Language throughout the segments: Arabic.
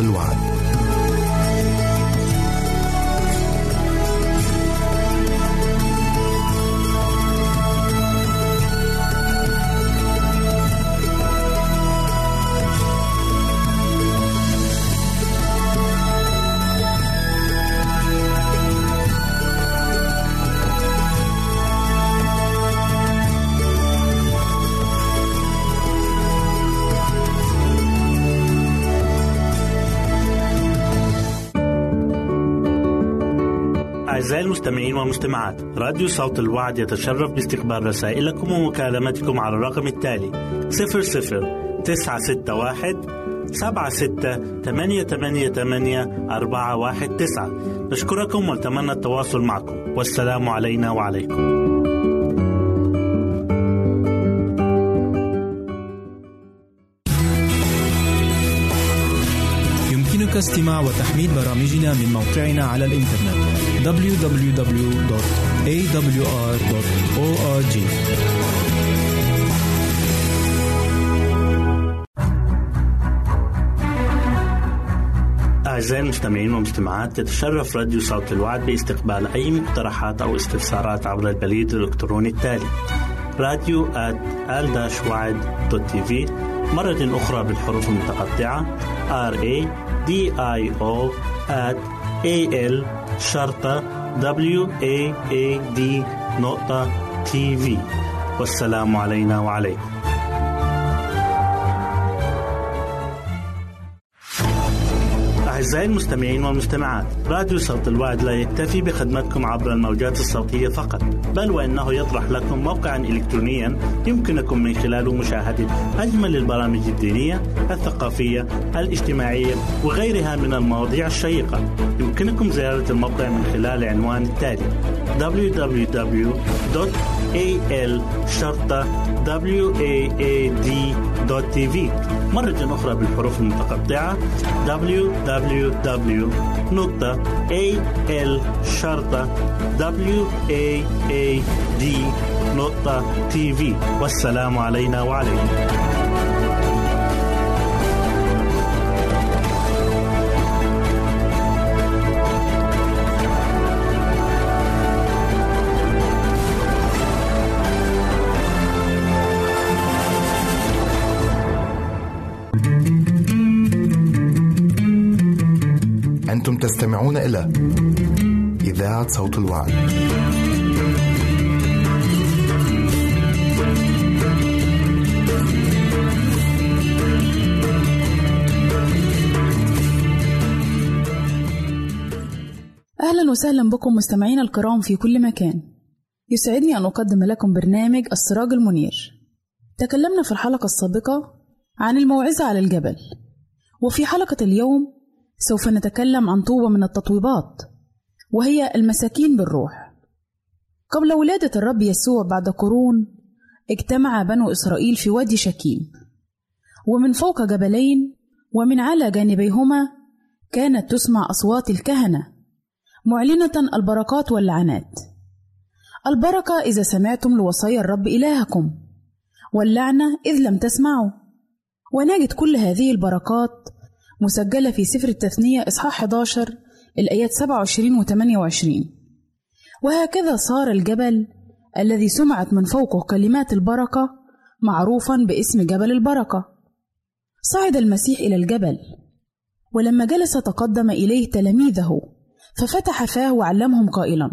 الوعد. أعزائي المستمعين والمستمعات، راديو صوت الوعد يتشرف باستقبال رسائلكم ومكالمتكم على الرقم التالي 00-961-76-88-419. نشكركم ونتمنى التواصل معكم، والسلام علينا وعليكم. يمكنك استماع وتحميل برامجنا من موقعنا على الإنترنت www.awr.org. أعزائي المستمعين والمستمعات، يتشرف راديو صوت الوعد باستقبال أي مقترحات أو استفسارات عبر البريد الإلكتروني التالي radio@al-wad.tv، مرة أخرى بالحروف المتقطعة radio@al-wad.tv. والسلام علينا وعليكم. أعزائي المستمعين والمستمعات، راديو صوت الوعد لا يكتفي بخدمتكم عبر الموجات الصوتية فقط، بل وإنه يطرح لكم موقعا إلكترونيا يمكنكم من خلاله مشاهدة أجمل البرامج الدينية، الثقافية، الاجتماعية وغيرها من المواضيع الشيقة. يمكنكم زيارة الموقع من خلال عنوان التالي www.al-wad.tv، مرة أخرى بالحروف المتقطعة www.al-wad.tv. والسلام علينا وعليكم. أنتم تستمعون إلى إذاعة صوت الوعد. أهلا وسهلا بكم مستمعين الكرام في كل مكان. يسعدني أن أقدم لكم برنامج السراج المنير. تكلمنا في الحلقة السابقة عن الموعظة على الجبل، وفي حلقة اليوم سوف نتكلم عن طوبى من التطويبات، وهي المساكين بالروح. قبل ولادة الرب يسوع بعد قرون اجتمع بنو إسرائيل في وادي شكيم، ومن فوق جبلين ومن على جانبيهما كانت تسمع أصوات الكهنة معلنة البركات واللعنات. البركة إذا سمعتم لوصايا الرب إلهكم، واللعنة إذ لم تسمعوا. ونجد كل هذه البركات مسجلة في سفر التثنية إصحاح 11 الآيات 27 و 28. وهكذا صار الجبل الذي سمعت من فوقه كلمات البركة معروفا باسم جبل البركة. صعد المسيح إلى الجبل، ولما جلس تقدم إليه تلاميذه ففتح فاه وعلمهم قائلا: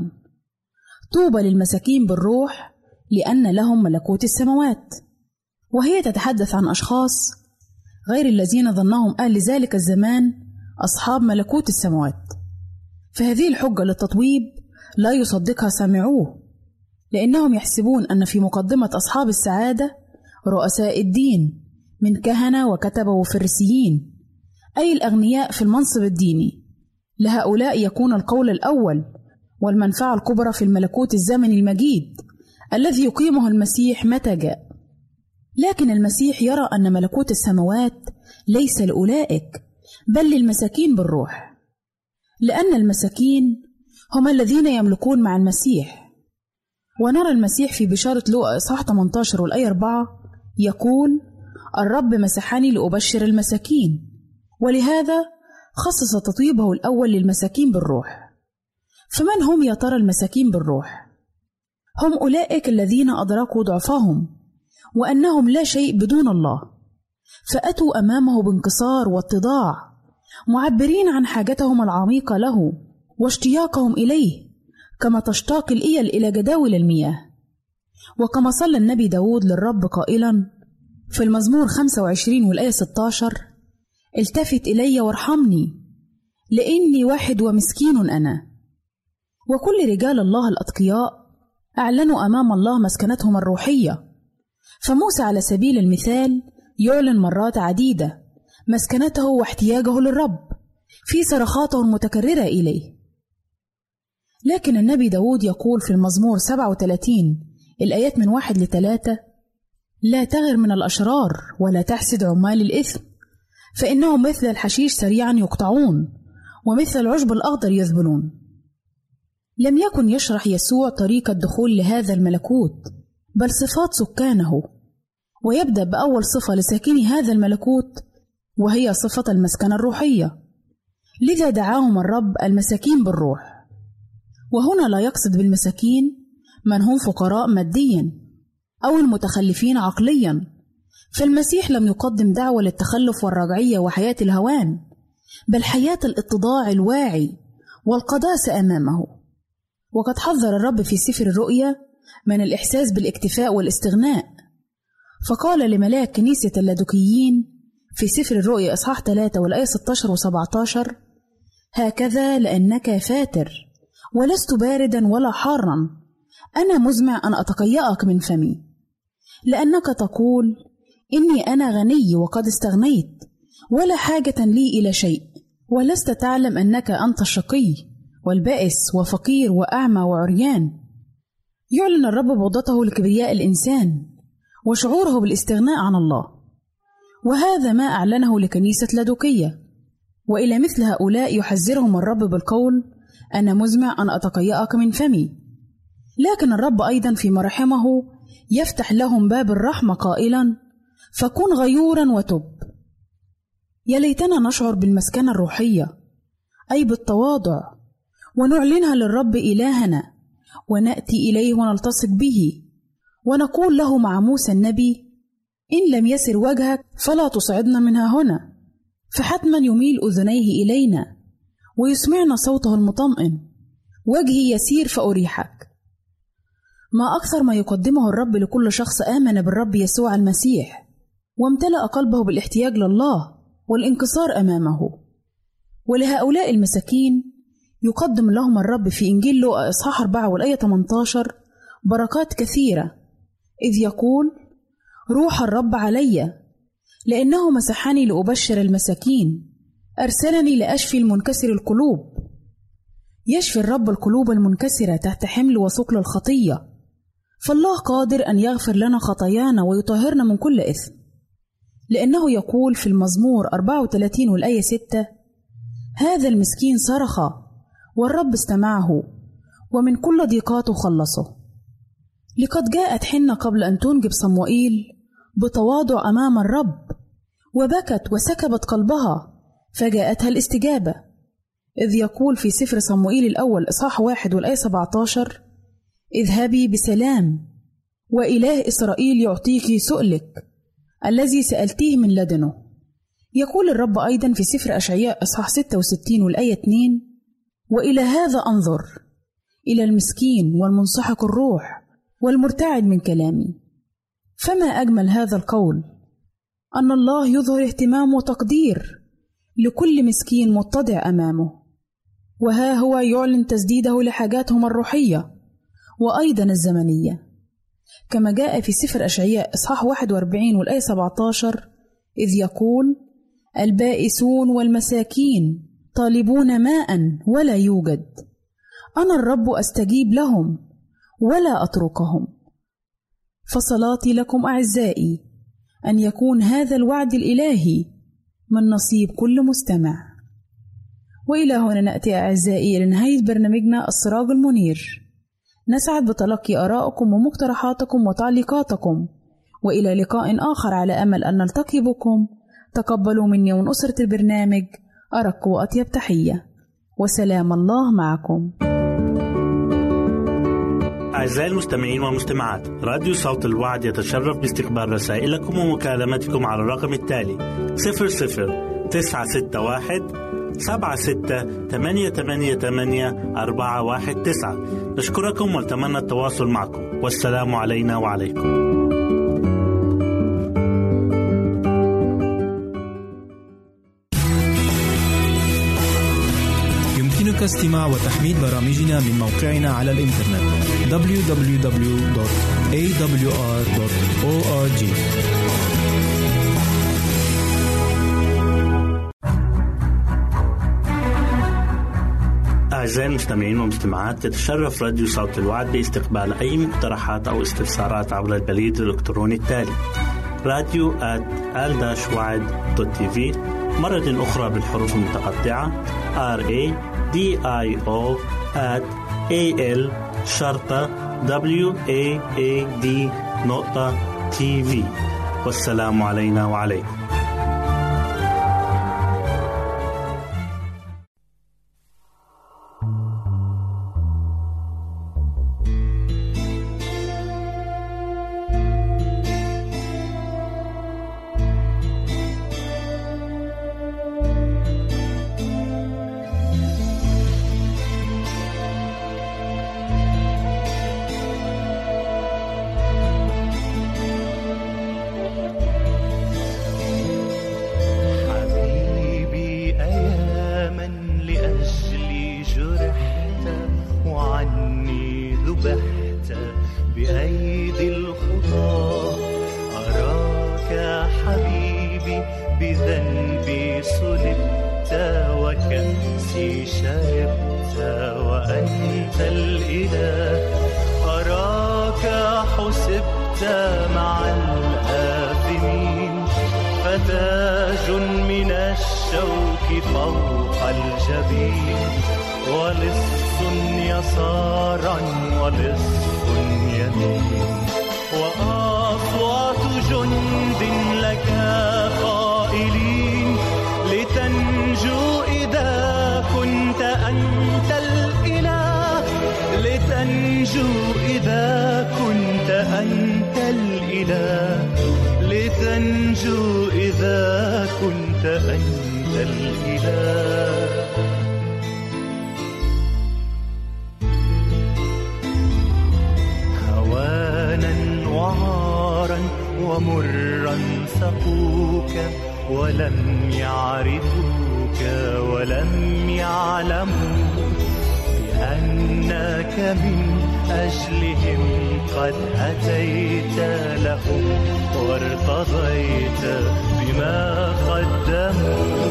طوبى للمساكين بالروح لأن لهم ملكوت السماوات. وهي تتحدث عن أشخاص غير الذين ظنهم أهل ذلك الزمان أصحاب ملكوت السماوات. فهذه الحجة للتطويب لا يصدقها سامعوه، لأنهم يحسبون أن في مقدمة أصحاب السعادة رؤساء الدين من كهنة وكتبة وفريسيين، أي الأغنياء في المنصب الديني. لهؤلاء يكون القول الأول والمنفعة الكبرى في الملكوت الزمني المجيد الذي يقيمه المسيح متى جاء. لكن المسيح يرى أن ملكوت السماوات ليس لأولئك، بل للمساكين بالروح، لأن المساكين هم الذين يملكون مع المسيح. ونرى المسيح في بشارة لوقا إصحاح 18 والآية 4 يقول: الرب مسحني لأبشر المساكين. ولهذا خصص تطيبه الأول للمساكين بالروح. فمن هم يا ترى المساكين بالروح؟ هم أولئك الذين أدركوا ضعفهم وأنهم لا شيء بدون الله، فأتوا أمامه بانكسار واتضاع، معبرين عن حاجتهم العميقة له واشتياقهم إليه، كما تشتاق الإيل إلى جداول المياه. وكما صلى النبي داود للرب قائلا في المزمور 25 والآية 16: التفت إلي وارحمني لإني واحد ومسكين أنا. وكل رجال الله الأتقياء أعلنوا أمام الله مسكنتهم الروحية، فموسى على سبيل المثال يعلن مرات عديدة مسكنته واحتياجه للرب في صرخاته المتكررة إليه. لكن النبي داود يقول في المزمور 37 الآيات من 1-3: لا تغر من الأشرار ولا تحسد عمال الإثم، فإنهم مثل الحشيش سريعا يقطعون ومثل العشب الأخضر يذبلون. لم يكن يشرح يسوع طريق الدخول لهذا الملكوت، بل صفات سكانه، ويبدأ بأول صفة لساكني هذا الملكوت وهي صفة المسكنة الروحية. لذا دعاهم الرب المساكين بالروح. وهنا لا يقصد بالمساكين من هم فقراء ماديا أو المتخلفين عقليا، فالمسيح لم يقدم دعوة للتخلف والرجعية وحياة الهوان، بل حياة الاتضاع الواعي والقداسة أمامه. وقد حذر الرب في سفر الرؤيا من الإحساس بالاكتفاء والاستغناء، فقال لملاك كنيسة اللادوكيين في سفر الرؤيا إصحاح 3 والآية 16 و17: هكذا لأنك فاتر ولست باردا ولا حارا، أنا مزمع أن أتقيأك من فمي، لأنك تقول إني أنا غني وقد استغنيت ولا حاجة لي إلى شيء، ولست تعلم أنك أنت الشقي والبائس وفقير وأعمى وعريان. يعلن الرب بغضته لكبرياء الإنسان وشعوره بالاستغناء عن الله، وهذا ما أعلنه لكنيسة لادوكية. وإلى مثل هؤلاء يحذرهم الرب بالقول: أنا مزمع أن أتقيأك من فمي. لكن الرب أيضا في مراحمه يفتح لهم باب الرحمة قائلا: فكن غيورا وتب. يا ليتنا نشعر بالمسكنة الروحية، أي بالتواضع، ونعلنها للرب إلهنا، ونأتي إليه ونلتصق به، ونقول له مع موسى النبي: إن لم يسر وجهك فلا تصعدنا منها هنا، فحتما يميل أذنيه إلينا ويسمعنا صوته المطمئن: وجهي يسير فأريحك. ما أكثر ما يقدمه الرب لكل شخص آمن بالرب يسوع المسيح وامتلأ قلبه بالاحتياج لله والانكسار أمامه. ولهؤلاء المساكين يقدم لهم الرب في إنجيل لوقا إصحاح 4 والآية 18 بركات كثيرة، إذ يقول: روح الرب علي لأنه مسحني لأبشر المساكين، أرسلني لأشفي المنكسر القلوب. يشفي الرب القلوب المنكسرة تحت حمل وثقل الخطية، فالله قادر أن يغفر لنا خطايانا ويطهرنا من كل إثم، لأنه يقول في المزمور 34 والآية 6: هذا المسكين صرخ والرب استمعه ومن كل ضيقاته خلصه. لقد جاءت حنة قبل أن تنجب صموئيل بتواضع أمام الرب، وبكت وسكبت قلبها فجاءتها الاستجابة، إذ يقول في سفر صموئيل الأول إصحاح 1 والآية 17: اذهبي بسلام وإله إسرائيل يعطيك سؤلك الذي سألتيه من لدنه. يقول الرب أيضا في سفر أشعياء إصحاح 66 والآية 2: وإلى هذا أنظر، إلى المسكين والمنسحق الروح والمرتعد من كلامي. فما أجمل هذا القول، أن الله يظهر اهتمام وتقدير لكل مسكين متضع أمامه، وها هو يعلن تسديده لحاجاتهم الروحية وأيضا الزمنية، كما جاء في سفر أشعياء إصحاح 41 والآية 17: إذ يقول: البائسون والمساكين طالبون ماء ولا يوجد، أنا الرب أستجيب لهم ولا أتركهم. فصلاتي لكم أعزائي أن يكون هذا الوعد الإلهي من نصيب كل مستمع. وإلى هنا نأتي أعزائي لنهاية برنامجنا السراج المنير. نسعد بتلقي آرائكم ومقترحاتكم وتعليقاتكم، وإلى لقاء آخر على أمل أن نلتقي بكم. تقبلوا مني ومن أسرة البرنامج أرق وأطيب تحية، وسلام الله معكم. أعزائي المستمعين والمستمعات، راديو صوت الوعد يتشرف باستقبال رسائلكم ومكالمتكم على الرقم التالي 00-961-76-88-419. نشكركم ونتمنى التواصل معكم، والسلام علينا وعليكم. يمكنك استماع وتحميل برامجنا من موقعنا على الإنترنت www.awr.org. أعزائي المستمعين والمستمعات، يتشرف راديو صوت الوعد باستقبال أي مقترحات أو استفسارات عبر البريد الإلكتروني التالي radio@al-wad.tv، مرة أخرى بالحروف المتقطعة radio@al-wad.tv. والسلام علينا وعليكم. ومرا سقوك ولم يعرفوك ولم يعلموا بأنك من أجلهم قد أتيت لهم وارتضيت بما قدموا،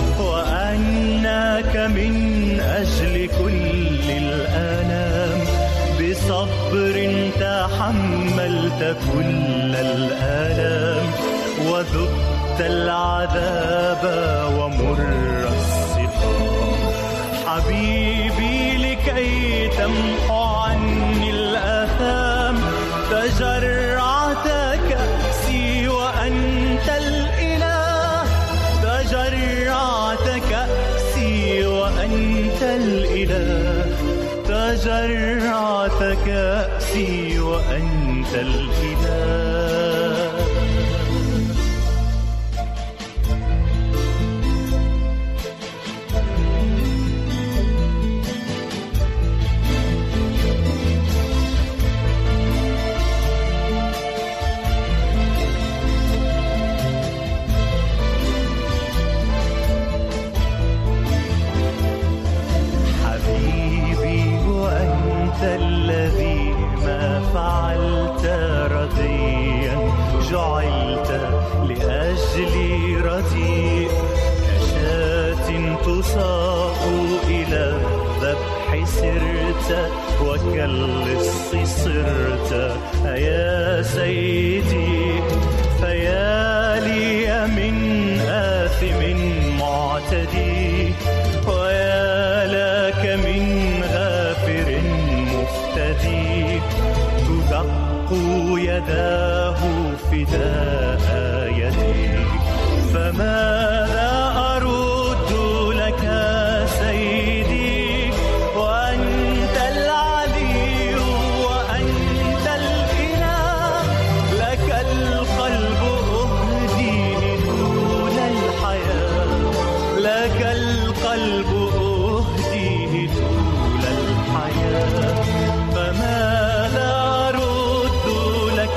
وأنك من أجل كل الأنام بصبر تحملت كل الآلام، وذقت العذاب ومر السقام. حبيبي لكي تمحو عني الآثام تجرعت كأسي وأنت الإله، تجرعت كأسي وأنت الإله، تجرعت كأسي وأنت الإله. الذي ما فعلت رضيا جعلت لأجلي رديء، كشاة تساق إلى الذبح سرت وكاللص صرت يا سيدي. فيا لي من آثم معتدي ويا لك من غافر مفتدي، تدق يداه فداء يديك. فماذا أرد القلب أهديه طول الحياة، فماذا أرد لك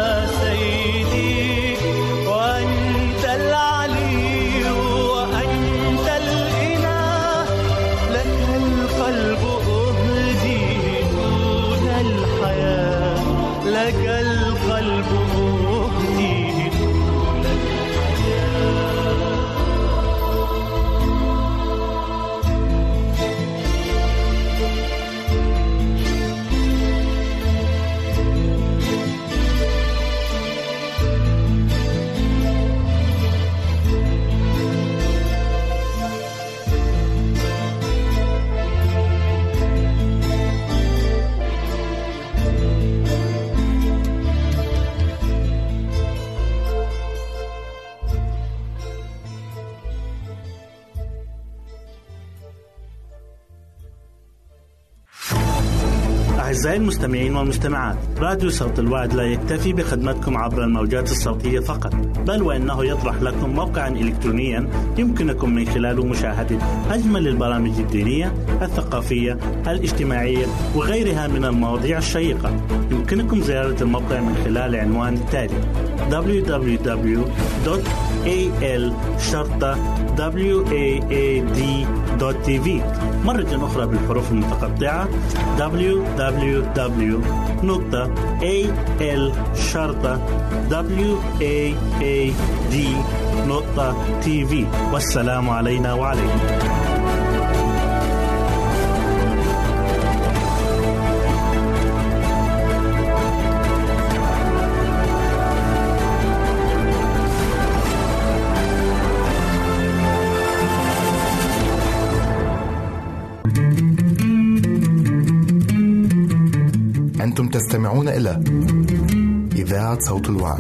سيدي وأنت العلي وأنت الإله، لك القلب أهديه طول الحياة، لك القلب أهديه طول الحياة. أعزائي المستمعين والمستمعات، راديو صوت الوعد لا يكتفي بخدمتكم عبر الموجات الصوتية فقط، بل وإنه يطرح لكم موقعا إلكترونيا يمكنكم من خلاله مشاهدة أجمل البرامج الدينية، الثقافية، الاجتماعية وغيرها من المواضيع الشيقة. يمكنكم زيارة الموقع من خلال العنوان التالي: www.al-waad.tv. مرة أخرى بالحروف المتقطعة: www.al-waad.tv. والسلام علينا وعليكم. أنتم تستمعون إلى إذاعة صوت الوعد.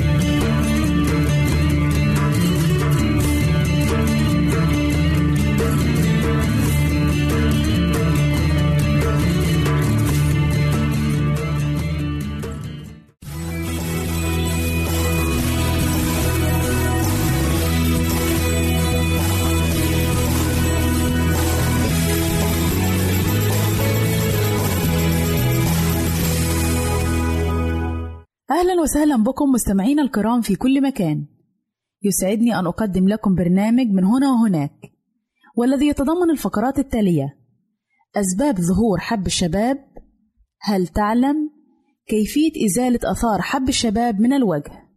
أهلا وسهلا بكم مستمعين الكرام في كل مكان. يسعدني أن أقدم لكم برنامج من هنا وهناك، والذي يتضمن الفقرات التالية: أسباب ظهور حب الشباب، هل تعلم، كيفية إزالة آثار حب الشباب من الوجه.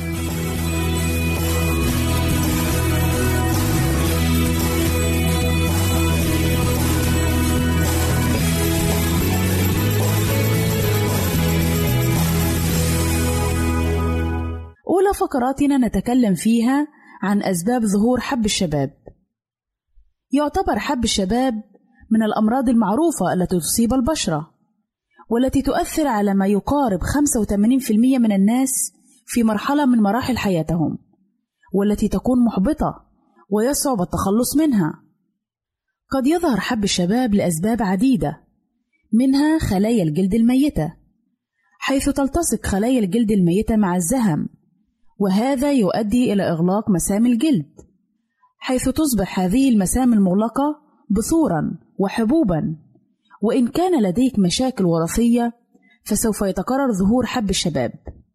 أولى فقراتنا نتكلم فيها عن أسباب ظهور حب الشباب. يعتبر حب الشباب من الأمراض المعروفة التي تصيب البشرة، والتي تؤثر على ما يقارب 85% من الناس في مرحلة من مراحل حياتهم، والتي تكون محبطة ويصعب التخلص منها. قد يظهر حب الشباب لأسباب عديدة، منها خلايا الجلد الميتة، حيث تلتصق خلايا الجلد الميتة مع الزهم، وهذا يؤدي إلى إغلاق مسام الجلد، حيث تصبح هذه المسام المغلقة بثورا وحبوبا. وإن كان لديك مشاكل وراثية فسوف يتكرر ظهور حب الشباب.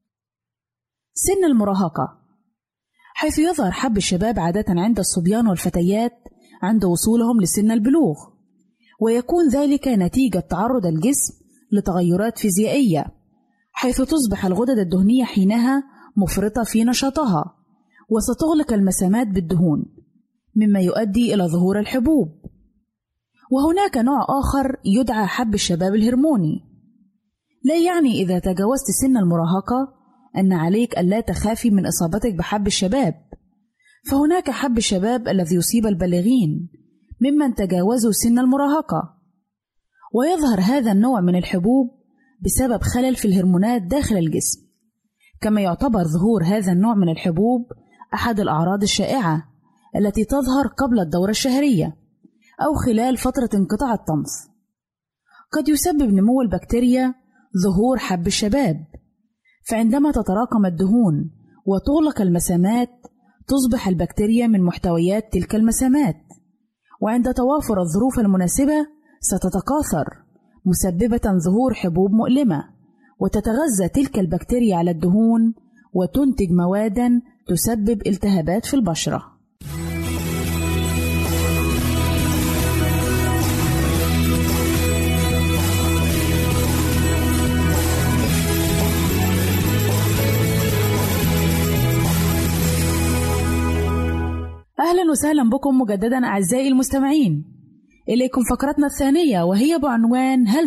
سن المراهقة، حيث يظهر حب الشباب عادة عند الصبيان والفتيات عند وصولهم لسن البلوغ، ويكون ذلك نتيجة تعرض الجسم لتغيرات فيزيائية، حيث تصبح الغدد الدهنية حينها مفرطة في نشاطها، وستغلق المسامات بالدهون، مما يؤدي إلى ظهور الحبوب. وهناك نوع آخر يدعى حب الشباب الهرموني. لا يعني إذا تجاوزت سن المراهقة أن عليك ألا تخافي من إصابتك بحب الشباب، فهناك حب الشباب الذي يصيب البالغين ممن تجاوزوا سن المراهقة، ويظهر هذا النوع من الحبوب بسبب خلل في الهرمونات داخل الجسم. كما يعتبر ظهور هذا النوع من الحبوب أحد الأعراض الشائعة التي تظهر قبل الدورة الشهرية أو خلال فترة انقطاع الطمث. قد يسبب نمو البكتيريا ظهور حب الشباب، فعندما تتراكم الدهون وتغلق المسامات تصبح البكتيريا من محتويات تلك المسامات، وعند توافر الظروف المناسبة ستتكاثر مسببة ظهور حبوب مؤلمة، وتتغذى تلك البكتيريا على الدهون وتنتج موادا تسبب التهابات في البشرة. أهلا وسهلا بكم مجددا أعزائي المستمعين. إليكم فقرتنا الثانية وهي بعنوان هل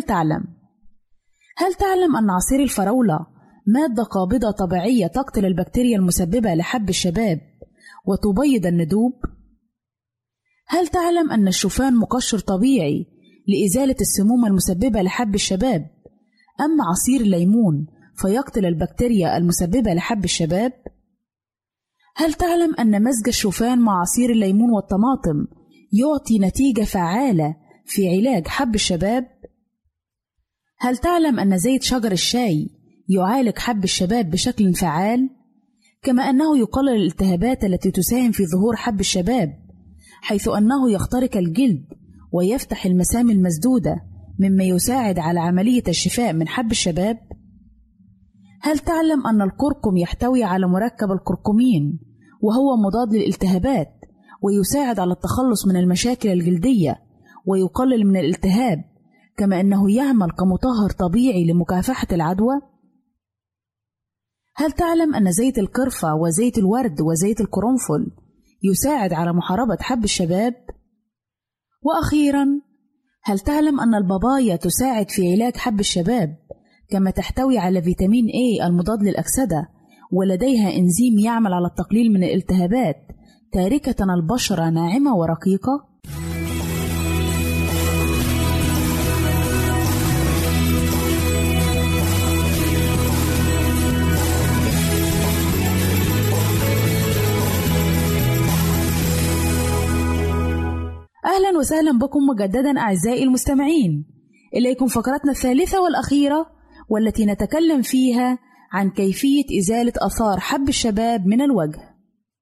تعلم أن عصير الفراولة مادة قابضة طبيعية تقتل البكتيريا المسببة لحب الشباب وتبيض الندوب؟ هل تعلم أن الشوفان مقشر طبيعي لإزالة السموم المسببة لحب الشباب، أما عصير الليمون فيقتل البكتيريا المسببة لحب الشباب؟ هل تعلم أن مزج الشوفان مع عصير الليمون والطماطم يعطي نتيجة فعالة في علاج حب الشباب؟ هل تعلم أن زيت شجر الشاي يعالج حب الشباب بشكل فعال، كما أنه يقلل الالتهابات التي تساهم في ظهور حب الشباب، حيث أنه يخترق الجلد ويفتح المسام المسدودة مما يساعد على عملية الشفاء من حب الشباب؟ هل تعلم أن الكركم يحتوي على مركب الكركمين وهو مضاد للالتهابات ويساعد على التخلص من المشاكل الجلدية ويقلل من الالتهاب، كما أنه يعمل كمطهر طبيعي لمكافحة العدوى؟ هل تعلم أن زيت القرفة وزيت الورد وزيت القرنفل يساعد على محاربة حب الشباب؟ وأخيرا، هل تعلم أن البابايا تساعد في علاج حب الشباب، كما تحتوي على فيتامين A المضاد للأكسدة، ولديها إنزيم يعمل على التقليل من الالتهابات تاركة البشرة ناعمة ورقيقة؟ أهلا وسهلا بكم مجددا أعزائي المستمعين. إليكم فقرتنا الثالثة والأخيرة، والتي نتكلم فيها عن كيفية إزالة آثار حب الشباب من الوجه.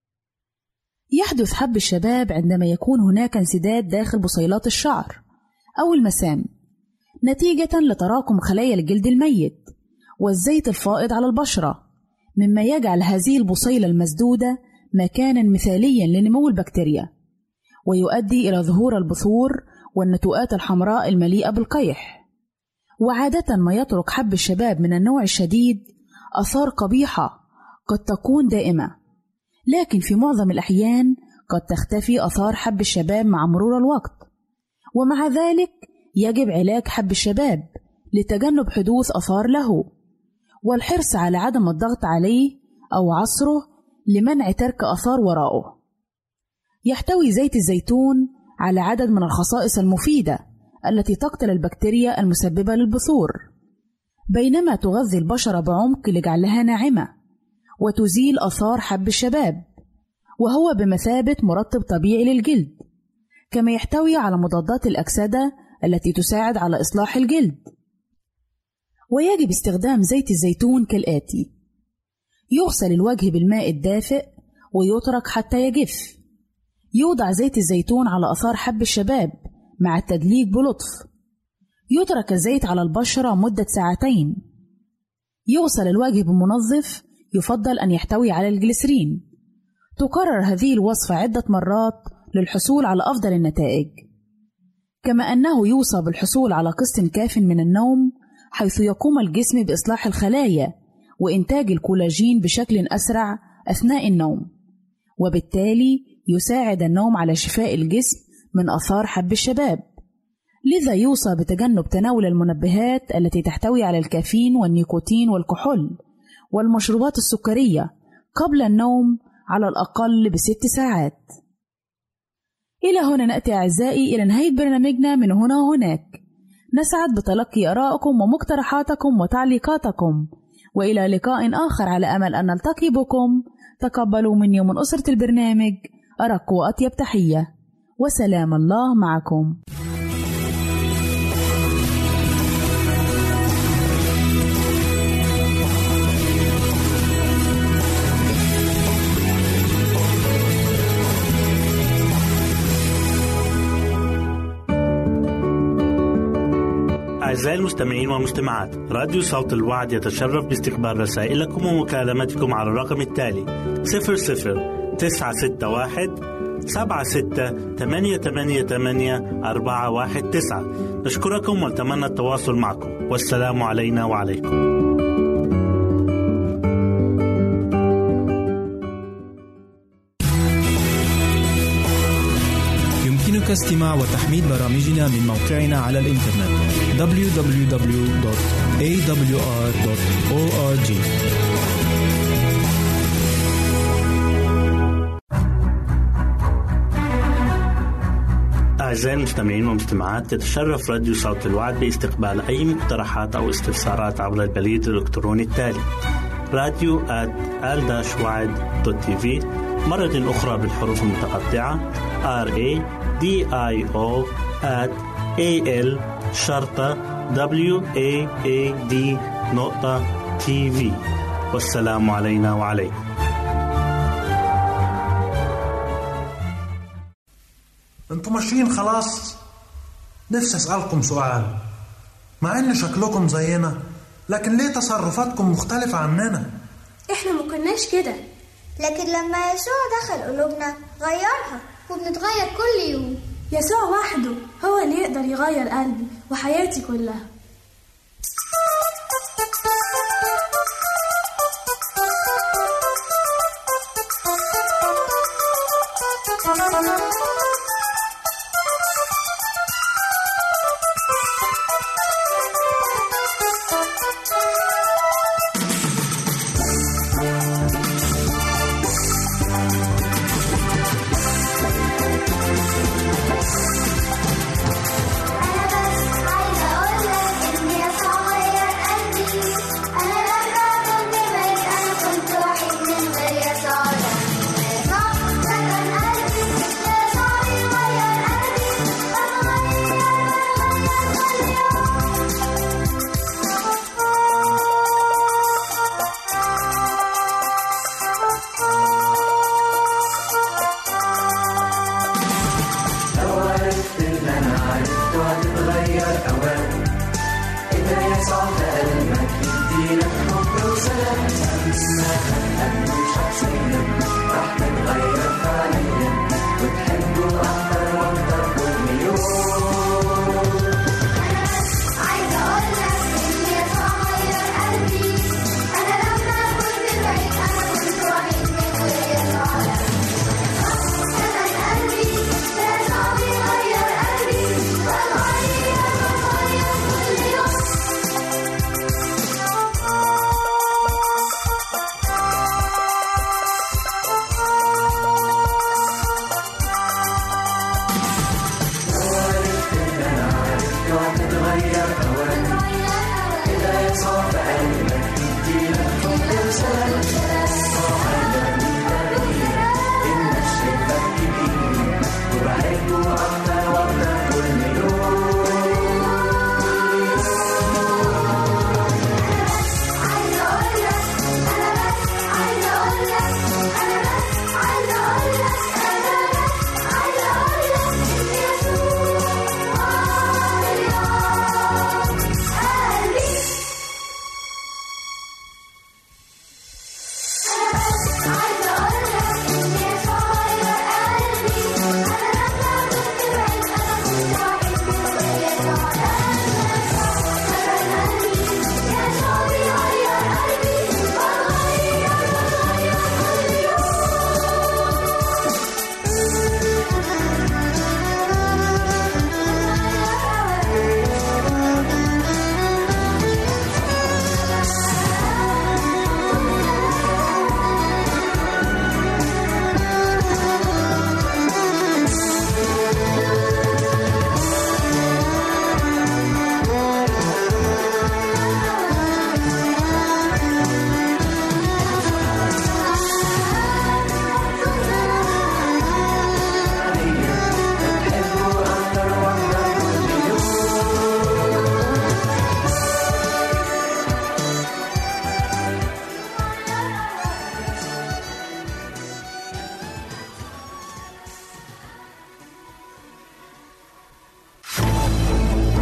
يحدث حب الشباب عندما يكون هناك انسداد داخل بصيلات الشعر أو المسام نتيجة لتراكم خلايا الجلد الميت والزيت الفائض على البشرة، مما يجعل هذه البصيلة المسدودة مكانا مثاليا لنمو البكتيريا، ويؤدي إلى ظهور البثور والنتوءات الحمراء المليئة بالقيح. وعادة ما يترك حب الشباب من النوع الشديد آثار قبيحة قد تكون دائمة، لكن في معظم الأحيان قد تختفي آثار حب الشباب مع مرور الوقت. ومع ذلك يجب علاج حب الشباب لتجنب حدوث آثار له، والحرص على عدم الضغط عليه أو عصره لمنع ترك آثار وراءه. يحتوي زيت الزيتون على عدد من الخصائص المفيدة التي تقتل البكتيريا المسببة للبثور، بينما تغذي البشرة بعمق لجعلها ناعمة وتزيل آثار حب الشباب، وهو بمثابة مرطب طبيعي للجلد، كما يحتوي على مضادات الأكسدة التي تساعد على إصلاح الجلد. ويجب استخدام زيت الزيتون كالآتي: يغسل الوجه بالماء الدافئ ويترك حتى يجف. يوضع زيت الزيتون على آثار حب الشباب مع التدليك بلطف. يترك الزيت على البشرة مدة 2 ساعات. يغسل الوجه بمنظف يفضل أن يحتوي على الجليسرين. تكرر هذه الوصفة عدة مرات للحصول على أفضل النتائج، كما أنه يوصى بالحصول على قسط كاف من النوم، حيث يقوم الجسم بإصلاح الخلايا وإنتاج الكولاجين بشكل أسرع أثناء النوم، وبالتالي يساعد النوم على شفاء الجسم من آثار حب الشباب. لذا يوصى بتجنب تناول المنبهات التي تحتوي على الكافيين والنيكوتين والكحول والمشروبات السكرية قبل النوم على الأقل ب6 ساعات. إلى هنا نأتي أعزائي إلى نهاية برنامجنا من هنا وهناك. نسعد بتلقي آرائكم ومقترحاتكم وتعليقاتكم، وإلى لقاء آخر على أمل أن نلتقي بكم. تقبلوا مني ومن أسرة البرنامج أرق وأطيب تحية، وسلام الله معكم. أعزائي المستمعين والمستمعات، راديو صوت الوعد يتشرف باستقبال رسائلكم ومكالمتكم على الرقم التالي 00-961-76-88-419. نشكركم ونتمنى التواصل معكم، والسلام علينا وعليكم. يمكنك استماع وتحميل برامجنا من موقعنا على الإنترنت www.awr.org. أعزائي المستمعين والمستمعات، يتشرف راديو صوت الوعد باستقبال أي مقترحات أو استفسارات عبر البريد الإلكتروني التالي radio@al-wad.tv، مرة أخرى بالحروف المتقطعة radio@al-wad.tv. والسلام علينا وعليكم. انتوا ماشيين خلاص؟ نفسي اسألكم سؤال. مع ان شكلكم زينا، لكن ليه تصرفاتكم مختلفة عننا؟ احنا ما كناش كده، لكن لما يسوع دخل قلوبنا غيرها، وبنتغير كل يوم. يسوع وحده هو اللي يقدر يغير قلبي وحياتي كلها.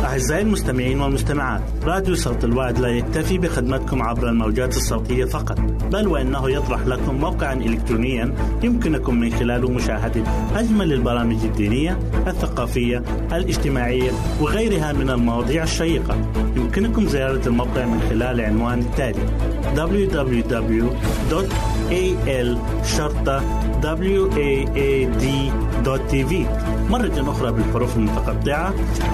أعزائي المستمعين والمستمعات، راديو صوت الوعد لا يكتفي بخدمتكم عبر الموجات الصوتية فقط، بل وإنه يطرح لكم موقعا إلكترونيا يمكنكم من خلاله مشاهدة أجمل البرامج الدينية، الثقافية، الاجتماعية وغيرها من المواضيع الشيقة. يمكنكم زيارة الموقع من خلال العنوان التالي: www.al-waad.tv. مرة أخرى بالحروف المتقطعة: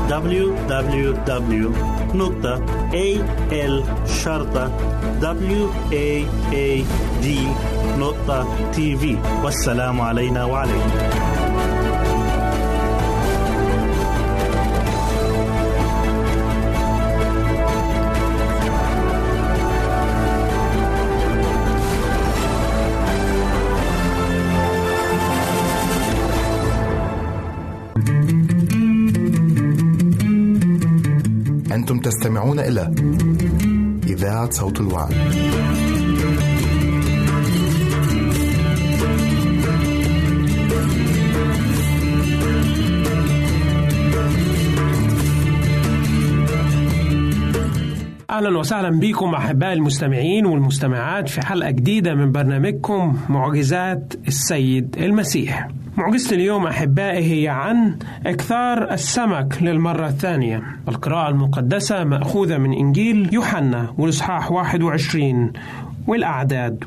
www.al-waad.tv. والسلام علينا وعليكم. أنتم تستمعون إلى إذاعة صوت الوعد. أهلا وسهلا بكم أحبائي المستمعين والمستمعات في حلقة جديدة من برنامجكم معجزات السيد المسيح. معجزة اليوم أحبائي هي عن إكثار السمك للمرة الثانية. القراءة المقدسة مأخوذة من إنجيل يوحنا والإصحاح 21 والأعداد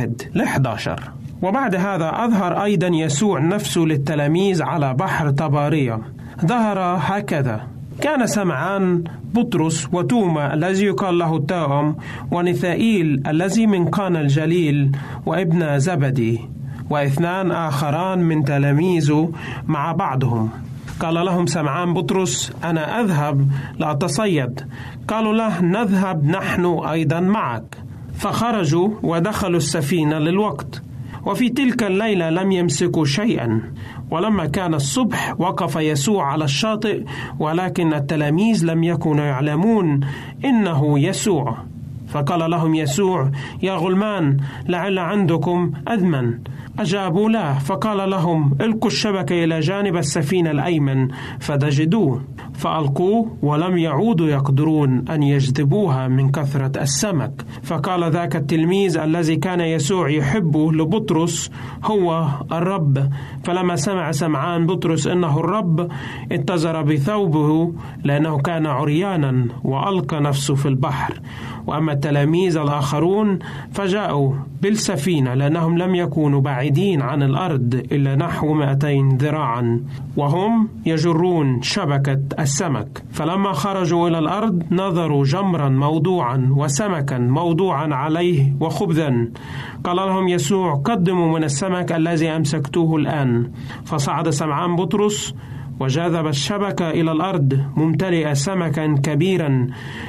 1-11. وبعد هذا أظهر أيضا يسوع نفسه للتلاميذ على بحر طبارية. ظهر هكذا: كان سمعان بطرس وتوما الذي يقال له التوأم ونثائيل الذي من قانا الجليل وابن زبدي واثنان آخران من تلاميذه مع بعضهم. قال لهم سمعان بطرس: أنا أذهب لأتصيد. قالوا له: نذهب نحن أيضا معك. فخرجوا ودخلوا السفينة للوقت، وفي تلك الليلة لم يمسكوا شيئا. ولما كان الصبح وقف يسوع على الشاطئ، ولكن التلاميذ لم يكونوا يعلمون إنه يسوع. فقال لهم يسوع: يا غلمان، لعل عندكم أدما. أجابوا له، فقال لهم: القوا الشبكة إلى جانب السفينة الأيمن فتجدوه. فألقوه ولم يعودوا يقدرون أن يجذبوها من كثرة السمك. فقال ذاك التلميذ الذي كان يسوع يحبه لبطرس: هو الرب. فلما سمع سمعان بطرس إنه الرب، اتزر بثوبه لأنه كان عريانا، وألقى نفسه في البحر. وأما التلاميذ الآخرون فجاءوا بالسفينة، لأنهم لم يكونوا بعيدين عن الأرض إلا نحو 200 ذراعا، وهم يجرون شبكة السمك. فلما خرجوا إلى الأرض نظروا جمرا موضوعا وسمكا موضوعا عليه وخبزا. قال لهم يسوع: قدموا من السمك الذي أمسكتوه الآن. فصعد سمعان بطرس وجذب الشبكة إلى الأرض ممتلئة سمكا كبيرا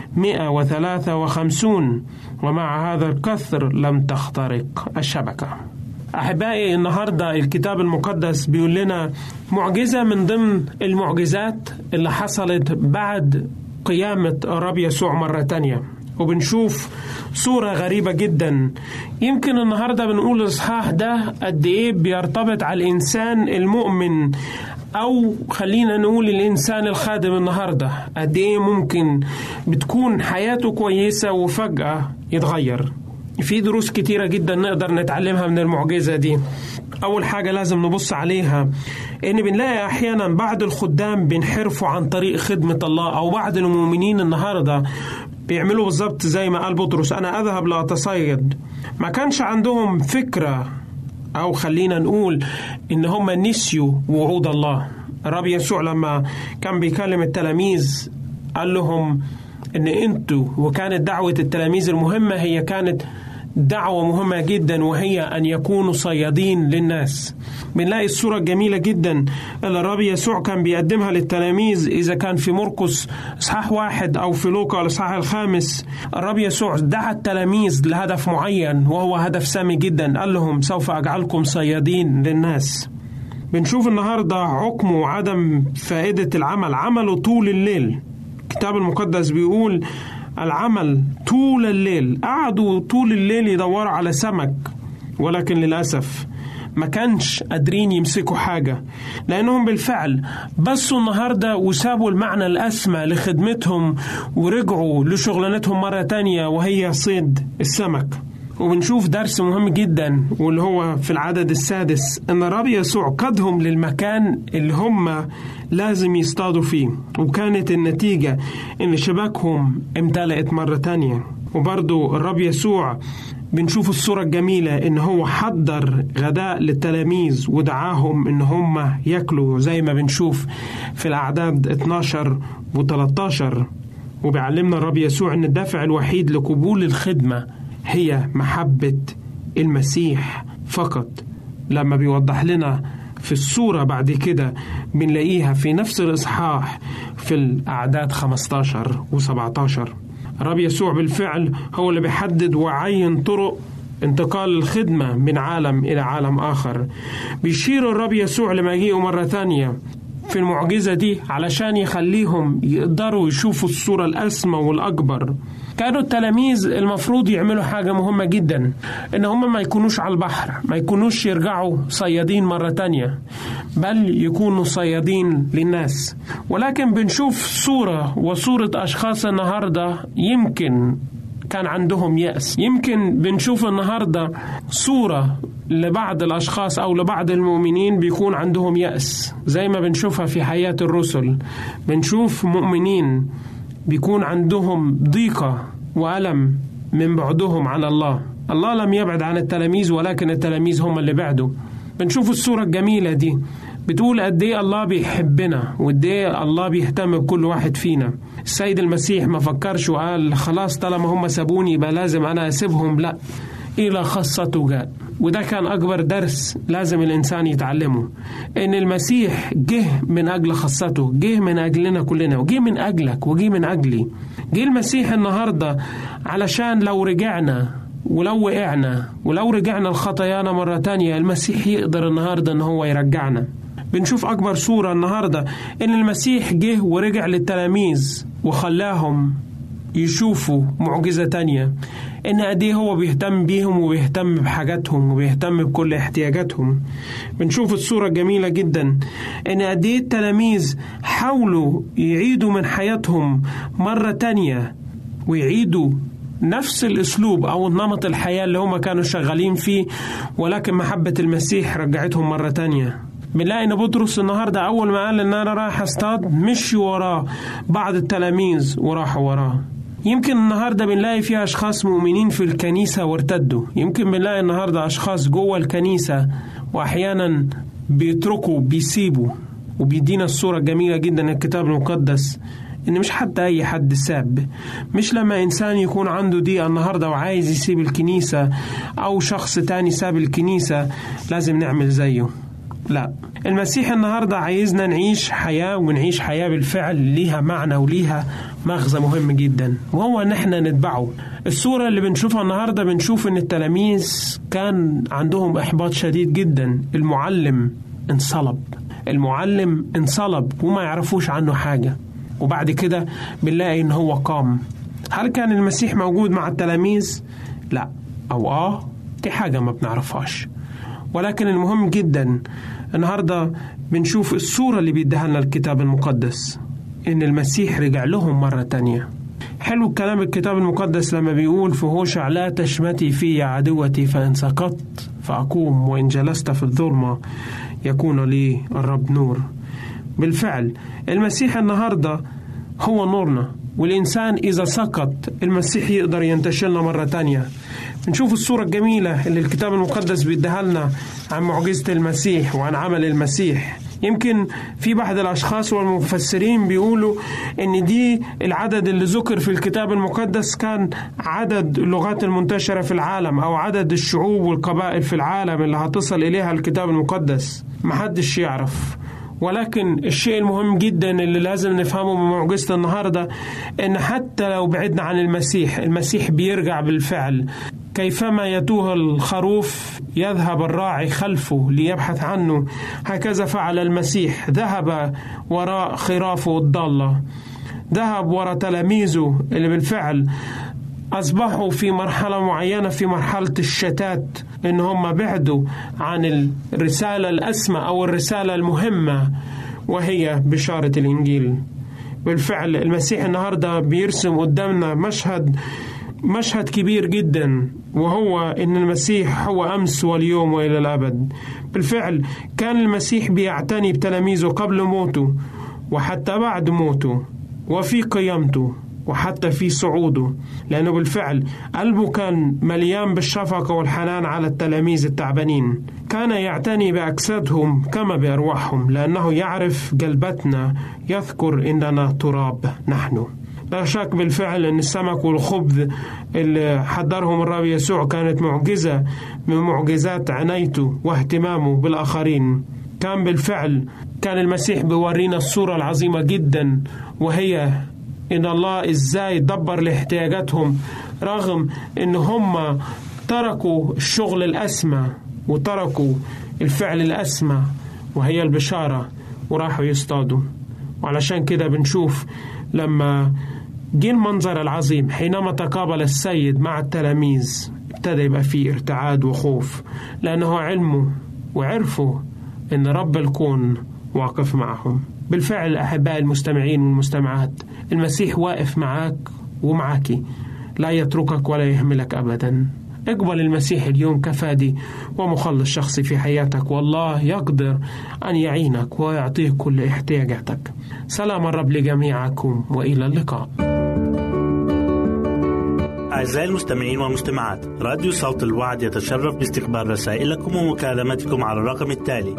153، ومع هذا الكثر لم تخترق الشبكة. أحبائي، النهاردة الكتاب المقدس بيقول لنا معجزة من ضمن المعجزات اللي حصلت بعد قيامة الرب يسوع مرة تانية، وبنشوف صورة غريبة جدا. يمكن النهاردة بنقول الإصحاح ده قد إيه بيرتبط على الإنسان المؤمن، أو خلينا نقول الإنسان الخادم النهاردة، قد إيه ممكن بتكون حياته كويسة وفجأة يتغير. في دروس كتيرة جدا نقدر نتعلمها من المعجزة دي. أول حاجة لازم نبص عليها إن بنلاقي أحيانا بعض الخدام بينحرفوا عن طريق خدمة الله، أو بعض المؤمنين النهاردة بيعملوا بالضبط زي ما قال بطرس: أنا أذهب لأتصيد. ما كانش عندهم فكرة، أو خلينا نقول إن هم نسيوا وعود الله. الرب يسوع لما كان بيكلم التلاميذ قال لهم إن أنتوا، وكانت دعوة التلاميذ المهمة هي كانت دعوة مهمة جدا، وهي أن يكونوا صيادين للناس. بنلاقي الصورة الجميلة جدا اللي الرب يسوع كان بيقدمها للتلاميذ، إذا كان في مرقس إصحاح 1 أو في لوقا الإصحاح 5. الرب يسوع دعا التلاميذ لهدف معين، وهو هدف سامي جدا. قال لهم: سوف أجعلكم صيادين للناس. بنشوف النهاردة عقم وعدم فائدة العمل. عملوا طول الليل. الكتاب المقدس بيقول العمل طول الليل. قعدوا طول الليل يدوروا على سمك، ولكن للأسف ما كانش قادرين يمسكوا حاجة، لأنهم بالفعل بصوا النهاردة وسابوا المعنى الأسمى لخدمتهم ورجعوا لشغلانتهم مرة تانية وهي صيد السمك. وبنشوف درس مهم جدا واللي هو في العدد السادس إن الرب يسوع قادهم للمكان اللي هم لازم يصطادوا فيه، وكانت النتيجة إن شباكهم امتلأت مرة تانية. وبرضو الرب يسوع بنشوف الصورة الجميلة إن هو حضر غداء للتلاميذ ودعاهم إن هم يأكلوا زي ما بنشوف في الأعداد 12 و13. وبيعلمنا الرب يسوع إن الدافع الوحيد لقبول الخدمة هي محبة المسيح فقط. لما بيوضح لنا في الصورة بعد كده بنلاقيها في نفس الإصحاح في الأعداد 15 و17. الرب يسوع بالفعل هو اللي بيحدد وعين طرق انتقال الخدمة من عالم إلى عالم آخر. بيشير الرب يسوع لمجيئه مرة ثانية في المعجزة دي علشان يخليهم يقدروا يشوفوا الصورة الأسمى والأكبر. كانوا التلاميذ المفروض يعملوا حاجة مهمة جدا، إن هم ما يكونوش على البحر، ما يكونوش يرجعوا صيادين مرة تانية، بل يكونوا صيادين للناس. ولكن بنشوف صورة وصورة أشخاص النهاردة يمكن كان عندهم يأس. يمكن بنشوف النهاردة صورة لبعض الأشخاص أو لبعض المؤمنين بيكون عندهم يأس، زي ما بنشوفها في حياة الرسل. بنشوف مؤمنين بيكون عندهم ضيقة وألم من بعدهم عن الله. الله لم يبعد عن التلاميذ، ولكن التلاميذ هم اللي بعدوا. بنشوف الصورة الجميلة دي بتقول قد ايه الله بيحبنا وقد ايه الله بيهتم بكل واحد فينا. السيد المسيح ما فكرش وقال خلاص طالما هم سابوني يبقى لازم أنا أسيبهم، لا، إلى خاصته جاء. وده كان أكبر درس لازم الإنسان يتعلمه، إن المسيح جه من أجل خاصته، جه من أجلنا كلنا، وجه من أجلك وجه من أجلي. جه المسيح النهاردة علشان لو رجعنا ولو وقعنا ولو رجعنا الخطايانا مرة تانية، المسيح يقدر النهاردة إن هو يرجعنا. بنشوف أكبر صورة النهاردة إن المسيح جه ورجع للتلاميذ وخلاهم يشوفوا معجزة تانية، إن قديه هو بيهتم بيهم وبيهتم بحاجاتهم وبيهتم بكل احتياجاتهم. بنشوف الصورة الجميلة جدا إن قديه التلاميذ حاولوا يعيدوا من حياتهم مرة تانية ويعيدوا نفس الأسلوب أو نمط الحياة اللي هم كانوا شغالين فيه، ولكن محبة المسيح رجعتهم مرة تانية. بنلاقي إن بطرس النهاردة أول ما قال إن أنا رايح أصطاد مشي وراه بعض التلاميذ وراحوا وراه. يمكن النهاردة بنلاقي فيها أشخاص مؤمنين في الكنيسة وارتدوا. يمكن بنلاقي النهاردة أشخاص جوه الكنيسة وأحيانا بيتركوا بيسيبوا. وبيدينا الصورة الجميلة جدا الكتاب المقدس إن مش حتى أي حد ساب، مش لما إنسان يكون عنده ضيقة النهاردة وعايز يسيب الكنيسة أو شخص تاني ساب الكنيسة لازم نعمل زيه. لا، المسيح النهاردة عايزنا نعيش حياة ونعيش حياة بالفعل ليها معنى وليها مغزى مهم جدا، وهو ان احنا نتبعه. الصورة اللي بنشوفها النهاردة بنشوف ان التلاميذ كان عندهم احباط شديد جدا. المعلم انصلب وما يعرفوش عنه حاجة، وبعد كده بنلاقي ان هو قام. هل كان المسيح موجود مع التلاميذ؟ لا، او دي حاجة ما بنعرفهاش. ولكن المهم جدا النهاردة بنشوف الصورة اللي بيديها لنا الكتاب المقدس، إن المسيح رجع لهم مرة تانية. حلو الكلام الكتاب المقدس لما بيقول في هوشع لا تشمتي في يا عدوتي فإن سقطت فأقوم وإن جلست في الظلمة يكون لي الرب نور. بالفعل المسيح النهاردة هو نورنا، والإنسان إذا سقط المسيح يقدر ينتشلنا مرة تانية. نشوف الصورة الجميلة اللي الكتاب المقدس بيديها لنا عن معجزة المسيح وعن عمل المسيح. يمكن في بعض الأشخاص والمفسرين بيقولوا إن دي العدد اللي ذكر في الكتاب المقدس كان عدد اللغات المنتشرة في العالم أو عدد الشعوب والقبائل في العالم اللي هتصل إليها الكتاب المقدس. محدش يعرف. ولكن الشيء المهم جدا اللي لازم نفهمه من معجزة النهاردة إن حتى لو بعدنا عن المسيح بيرجع بالفعل. كيفما يتوه الخروف يذهب الراعي خلفه ليبحث عنه، هكذا فعل المسيح، ذهب وراء خرافه الضالة، ذهب وراء تلاميذه اللي بالفعل أصبحوا في مرحلة معينة، في مرحلة الشتات إن هم بعدوا عن الرسالة الأسمى أو الرسالة المهمة، وهي بشارة الإنجيل. بالفعل المسيح النهاردة بيرسم قدامنا مشهد كبير جدا، وهو إن المسيح هو أمس واليوم وإلى الأبد. بالفعل كان المسيح بيعتني بتلاميذه قبل موته وحتى بعد موته وفي قيامته وحتى في صعوده، لأنه بالفعل قلبه كان مليان بالشفقة والحنان على التلاميذ التعبانين. كان يعتني بأجسادهم كما بأرواحهم، لأنه يعرف قلبتنا، يذكر إننا تراب نحن. لا شك بالفعل أن السمك والخبز اللي حضرهم الرب يسوع كانت معجزة من معجزات عنايته واهتمامه بالآخرين. كان بالفعل كان المسيح بيورينا الصورة العظيمة جدا، وهي إن الله إزاي دبر لاحتياجاتهم رغم إن هم تركوا الشغل الأسمى وتركوا الفعل الأسمى وهي البشارة وراحوا يصطادوا. وعلشان كده بنشوف لما جه المنظر العظيم حينما تقابل السيد مع التلاميذ ابتدى يبقى فيه ارتعاد وخوف، لأنه علموا وعرفوا إن رب الكون واقف معهم. بالفعل أحباء المستمعين والمستمعات، المسيح واقف معاك ومعاكي، لا يتركك ولا يهملك أبدا. اقبل المسيح اليوم كفادي ومخلص شخصي في حياتك، والله يقدر أن يعينك ويعطيك كل احتياجاتك. سلام الرب لجميعكم وإلى اللقاء. أعزائي المستمعين والمستمعات، راديو صوت الوعد يتشرف باستقبال رسائلكم ومكالمتكم على الرقم التالي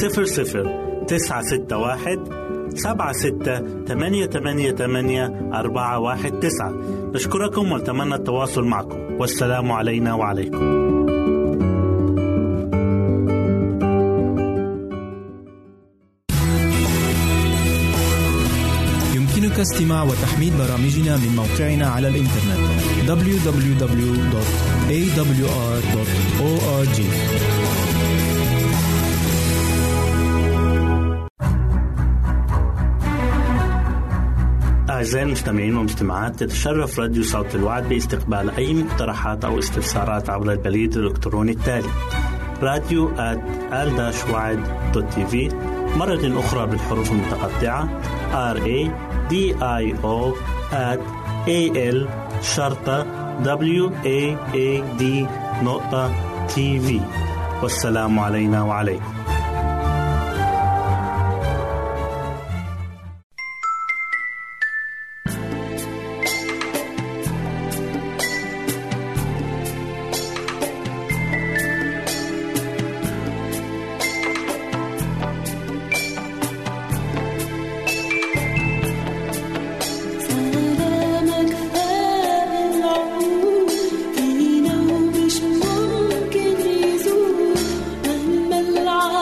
00-961-76-88-419. نشكركم ونتمنى التواصل معكم، والسلام علينا وعليكم. يمكنك استماع وتحميل برامجنا من موقعنا على الإنترنت www.awr.org. أعزائي المستمعين والمستمعات، تتشرف راديو صوت الوعد باستقبال أي مقترحات أو استفسارات عبر البريد الإلكتروني التالي radio@al-wad.tv، مرة أخرى بالحروف المتقطعة radio@al-wad.tv. والسلام علينا وعليكم. في نوم مش ممكن يزول مهما العالم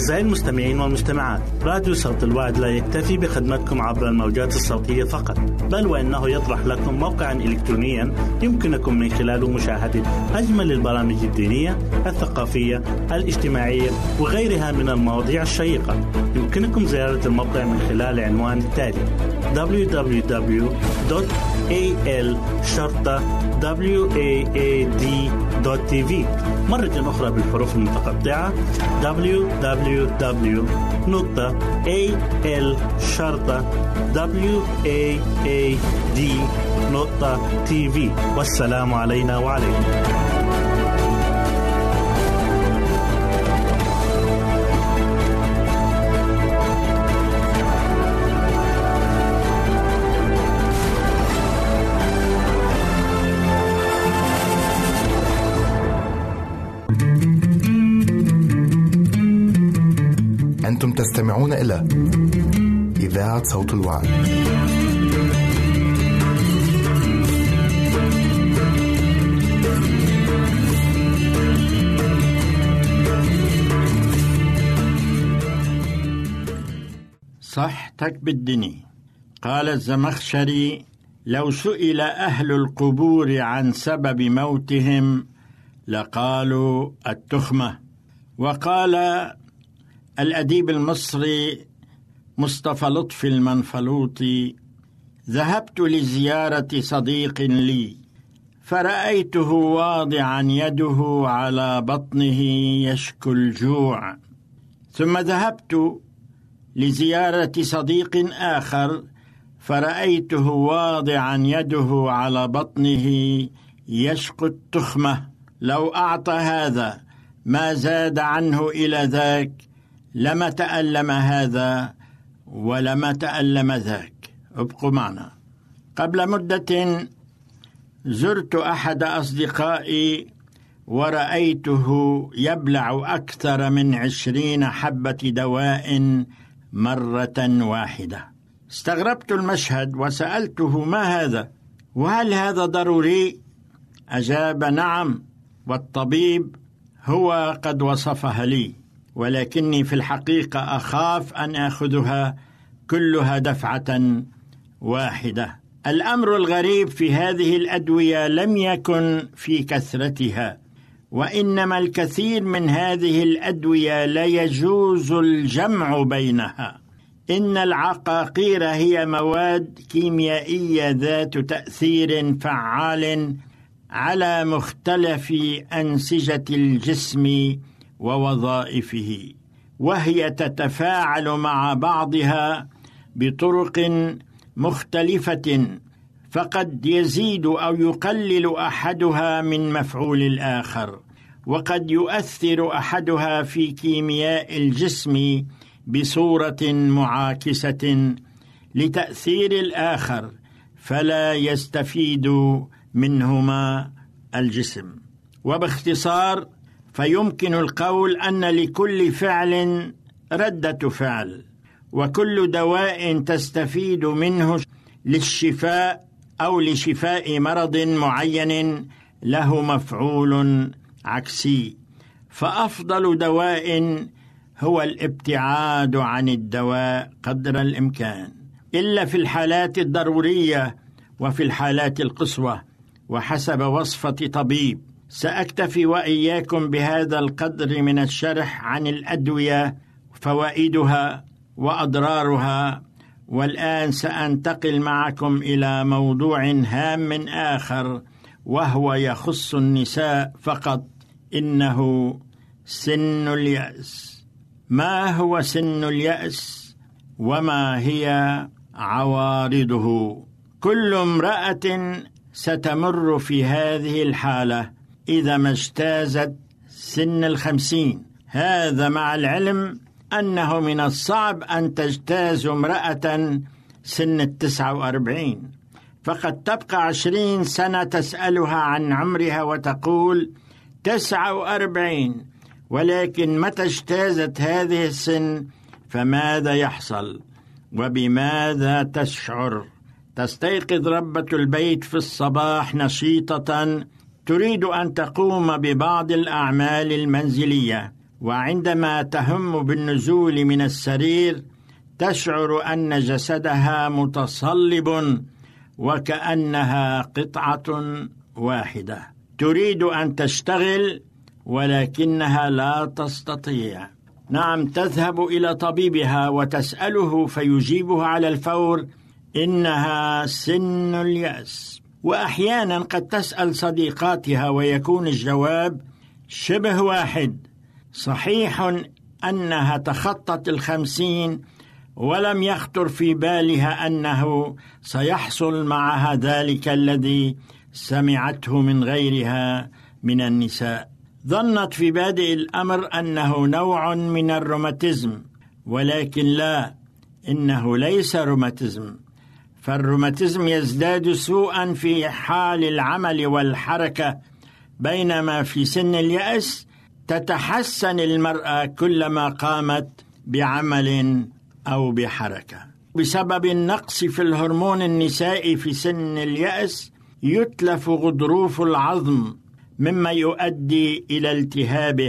أعزائي المستمعين والمستمعات، راديو صوت الوعد لا يكتفي بخدمتكم عبر الموجات الصوتية فقط، بل وإنه يطرح لكم موقعا إلكترونيا يمكنكم من خلاله مشاهدة أجمل البرامج الدينية، الثقافية، الاجتماعية وغيرها من المواضيع الشيقة. يمكنكم زيارة الموقع من خلال العنوان التالي: www.al-waad.tv. مرة أخرى بالحروف المتقطعة: www.al-waad.tv. والسلام علينا وعليكم. أنتم تستمعون إلى إذاعة صوت الوعد. صحتك بالدني. قال الزمخشري: لو سئل أهل القبور عن سبب موتهم لقالوا التخمة. وقال الأديب المصري مصطفى لطفي المنفلوطي: ذهبت لزيارة صديق لي فرأيته واضعا يده على بطنه يشكو الجوع. ثم ذهبت لزيارة صديق آخر فرأيته واضعا يده على بطنه يشكو التخمة. لو أعطى هذا ما زاد عنه إلى ذاك لما تألم هذا ولما تألم ذاك. ابقوا معنا. قبل مدة زرت أحد أصدقائي ورأيته يبلع أكثر من 20 حبة دواء مرة واحدة. استغربت المشهد وسألته: ما هذا؟ وهل هذا ضروري؟ أجاب: نعم، والطبيب هو قد وصفها لي، ولكني في الحقيقة أخاف أن أخذها كلها دفعة واحدة. الأمر الغريب في هذه الأدوية لم يكن في كثرتها، وإنما الكثير من هذه الأدوية لا يجوز الجمع بينها. إن العقاقير هي مواد كيميائية ذات تأثير فعال على مختلف أنسجة الجسم ووظائفه، وهي تتفاعل مع بعضها بطرق مختلفة، فقد يزيد أو يقلل أحدها من مفعول الآخر، وقد يؤثر أحدها في كيمياء الجسم بصورة معاكسة لتأثير الآخر، فلا يستفيد منهما الجسم. وباختصار فيمكن القول أن لكل فعل ردة فعل، وكل دواء تستفيد منه للشفاء أو لشفاء مرض معين له مفعول عكسي. فأفضل دواء هو الابتعاد عن الدواء قدر الإمكان، إلا في الحالات الضرورية وفي الحالات القصوى وحسب وصفة طبيب. سأكتفي وإياكم بهذا القدر من الشرح عن الأدوية، فوائدها وأضرارها. والآن سأنتقل معكم إلى موضوع هام آخر، وهو يخص النساء فقط، إنه سن اليأس. ما هو سن اليأس وما هي عوارضه؟ كل امرأة ستمر في هذه الحالة إذا ما اجتازت سن 50. هذا مع العلم أنه من الصعب أن تجتاز امرأة سن 49، فقد تبقى 20 سنة تسألها عن عمرها وتقول 49، ولكن متى اجتازت هذه السن فماذا يحصل وبماذا تشعر؟ تستيقظ ربة البيت في الصباح نشيطة تريد أن تقوم ببعض الأعمال المنزلية، وعندما تهم بالنزول من السرير تشعر أن جسدها متصلب وكأنها قطعة واحدة، تريد أن تشتغل ولكنها لا تستطيع. نعم، تذهب إلى طبيبها وتسأله فيجيبها على الفور إنها سن اليأس. وأحيانا قد تسأل صديقاتها ويكون الجواب شبه واحد، صحيح أنها تخطت 50 ولم يخطر في بالها أنه سيحصل معها ذلك الذي سمعته من غيرها من النساء. ظنت في بادئ الأمر أنه نوع من الروماتيزم، ولكن لا، إنه ليس روماتيزم، فالروماتيزم يزداد سوءا في حال العمل والحركة، بينما في سن اليأس تتحسن المرأة كلما قامت بعمل أو بحركة. بسبب النقص في الهرمون النسائي في سن اليأس يتلف غضروف العظم مما يؤدي إلى التهابه،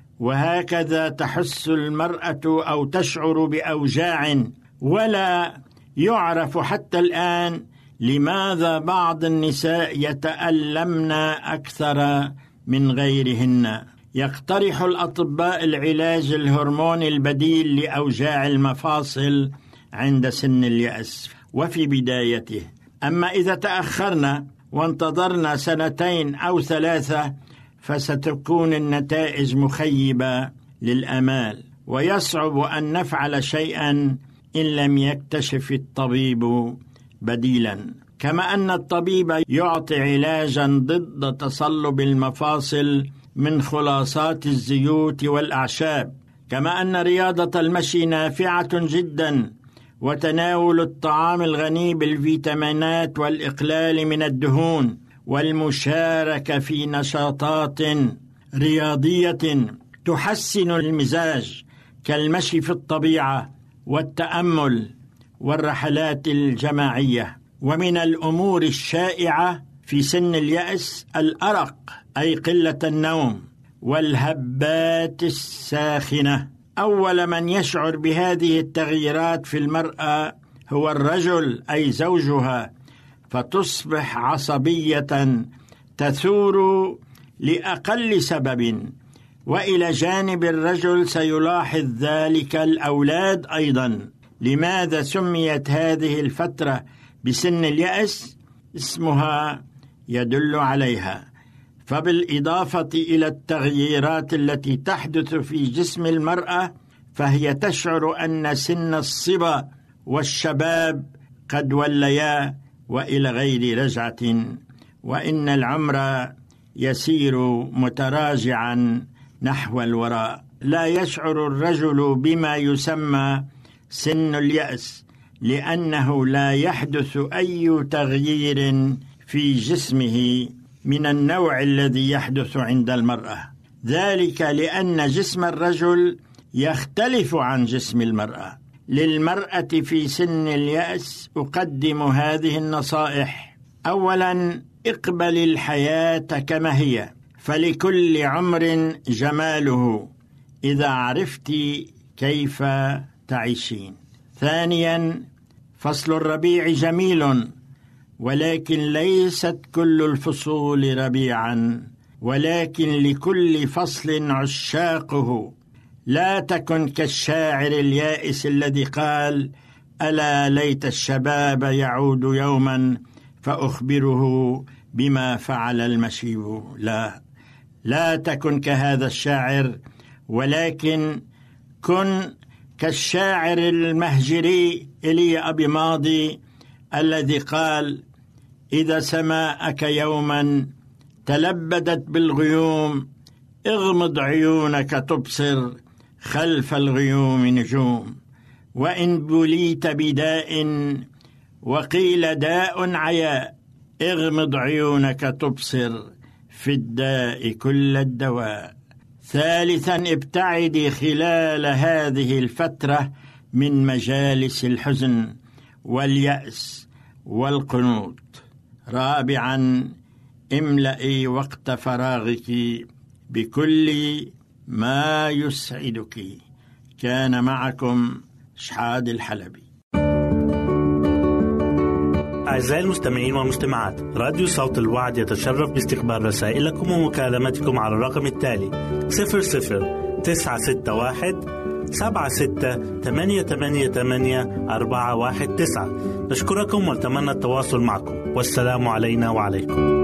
وهكذا تحس المرأة أو تشعر بأوجاع، ولا يعرف حتى الآن لماذا بعض النساء يتألمن أكثر من غيرهن. يقترح الأطباء العلاج الهرموني البديل لأوجاع المفاصل عند سن اليأس وفي بدايته. أما إذا تأخرنا وانتظرنا 2 أو 3 فستكون النتائج مخيبة للآمال، ويصعب أن نفعل شيئا إن لم يكتشف الطبيب بديلا. كما أن الطبيب يعطي علاجا ضد تصلب المفاصل من خلاصات الزيوت والأعشاب، كما أن رياضة المشي نافعة جدا، وتناول الطعام الغني بالفيتامينات والإقلال من الدهون والمشاركة في نشاطات رياضية تحسن المزاج كالمشي في الطبيعة والتأمل والرحلات الجماعية. ومن الأمور الشائعة في سن اليأس الأرق، أي قلة النوم، والهبات الساخنة. أول من يشعر بهذه التغييرات في المرأة هو الرجل، أي زوجها، فتصبح عصبية تثور لأقل سبب. وإلى جانب الرجل سيلاحظ ذلك الأولاد أيضا. لماذا سميت هذه الفترة بسن اليأس؟ اسمها يدل عليها. فبالإضافة إلى التغييرات التي تحدث في جسم المرأة، فهي تشعر أن سن الصبا والشباب قد وليا وإلى غير رجعة، وإن العمر يسير متراجعا نحو الوراء. لا يشعر الرجل بما يسمى سن اليأس، لأنه لا يحدث أي تغيير في جسمه من النوع الذي يحدث عند المرأة، ذلك لأن جسم الرجل يختلف عن جسم المرأة. للمرأة في سن اليأس أقدم هذه النصائح. أولا، اقبل الحياة كما هي، فلكل عمر جماله إذا عرفت كيف تعيشين. ثانيا، فصل الربيع جميل، ولكن ليست كل الفصول ربيعا، ولكن لكل فصل عشاقه. لا تكن كالشاعر اليائس الذي قال: ألا ليت الشباب يعود يوما فأخبره بما فعل المشيب. لا تكن كهذا الشاعر، ولكن كن كالشاعر المهجري إيليا أبي ماضي الذي قال: إذا سماءك يوما تلبدت بالغيوم اغمض عيونك تبصر خلف الغيوم نجوم. وإن بليت بداء وقيل داء عياء اغمض عيونك تبصر في الداء كل الدواء. ثالثا، ابتعدي خلال هذه الفترة من مجالس الحزن واليأس والقنوط. رابعا، املئي وقت فراغك بكل ما يسعدك. كان معكم شحاد الحلبي. أعزائي المستمعين والمستمعات، راديو صوت الوعد يتشرف باستقبال رسائلكم ومكالمتكم على الرقم التالي 00961 76888419. نشكركم ونتمنى التواصل معكم، والسلام علينا وعليكم.